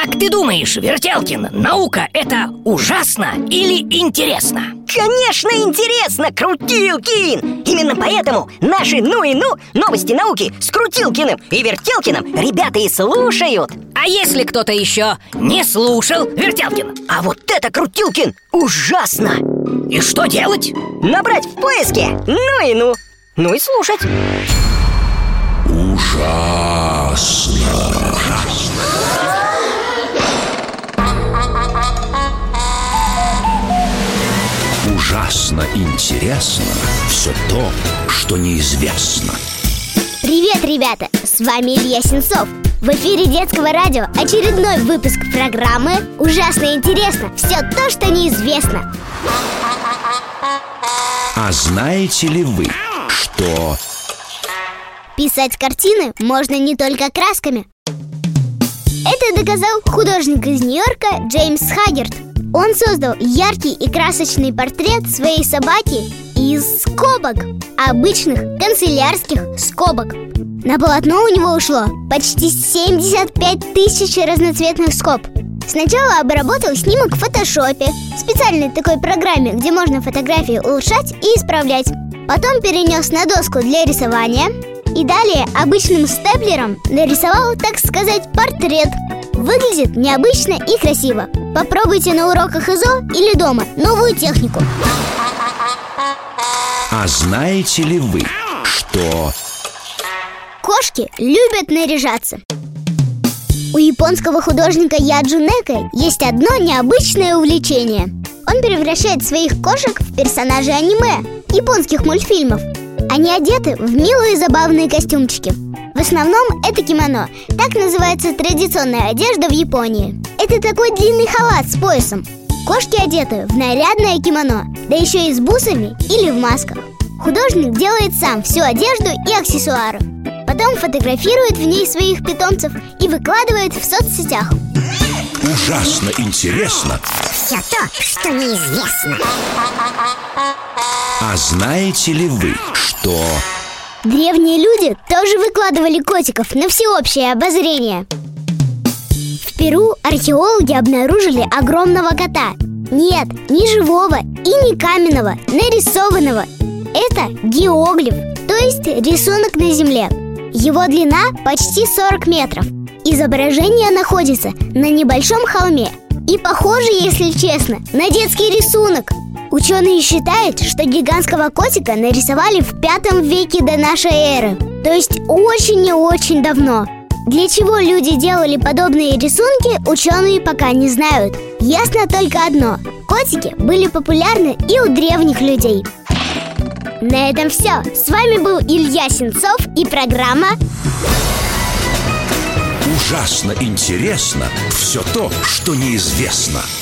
Как ты думаешь, Вертелкин, наука — это ужасно или интересно? Конечно, интересно, Крутилкин! Именно поэтому наши «Ну и ну» новости науки с Крутилкиным и Вертелкиным ребята и слушают. А если кто-то еще не слушал Вертелкина? А вот это, Крутилкин, ужасно! И что делать? Набрать в поиске «Ну и ну». Ну и слушать. Ужасно. Ужасно интересно все то, что неизвестно. Привет, ребята! С вами Илья Сенцов. В эфире детского радио очередной выпуск программы «Ужасно интересно все то, что неизвестно». А знаете ли вы, что... Писать картины можно не только красками. Это доказал художник из Нью-Йорка Джеймс Хаггерт. Он создал яркий и красочный портрет своей собаки из скобок, обычных канцелярских скобок. На полотно у него ушло почти 75 тысяч разноцветных скоб. Сначала обработал снимок в фотошопе, специальной такой программе, где можно фотографии улучшать и исправлять. Потом перенес на доску для рисования и далее обычным степлером нарисовал, так сказать, портрет. Выглядит необычно и красиво. Попробуйте на уроках ИЗО или дома новую технику. А знаете ли вы, что... Кошки любят наряжаться. У японского художника Яджу Неко есть одно необычное увлечение. Он превращает своих кошек в персонажей аниме, японских мультфильмов. Они одеты в милые забавные костюмчики. В основном это кимоно. Так называется традиционная одежда в Японии. Это такой длинный халат с поясом. Кошки одеты в нарядное кимоно, да еще и с бусами или в масках. Художник делает сам всю одежду и аксессуары. Потом фотографирует в ней своих питомцев и выкладывает в соцсетях. Ужасно интересно Все то, что неизвестно. А знаете ли вы, что... Древние люди тоже выкладывали котиков на всеобщее обозрение. В Перу археологи обнаружили огромного кота. Нет, не живого и не каменного, нарисованного. Это геоглиф, то есть рисунок на земле. Его длина почти 40 метров. Изображение находится на небольшом холме и похоже, если честно, на детский рисунок. Ученые считают, что гигантского котика нарисовали в V веке до нашей эры, то есть очень и очень давно. Для чего люди делали подобные рисунки, ученые пока не знают. Ясно только одно: котики были популярны и у древних людей. На этом все. С вами был Илья Сенцов и программа Ужасно интересно все то, что неизвестно.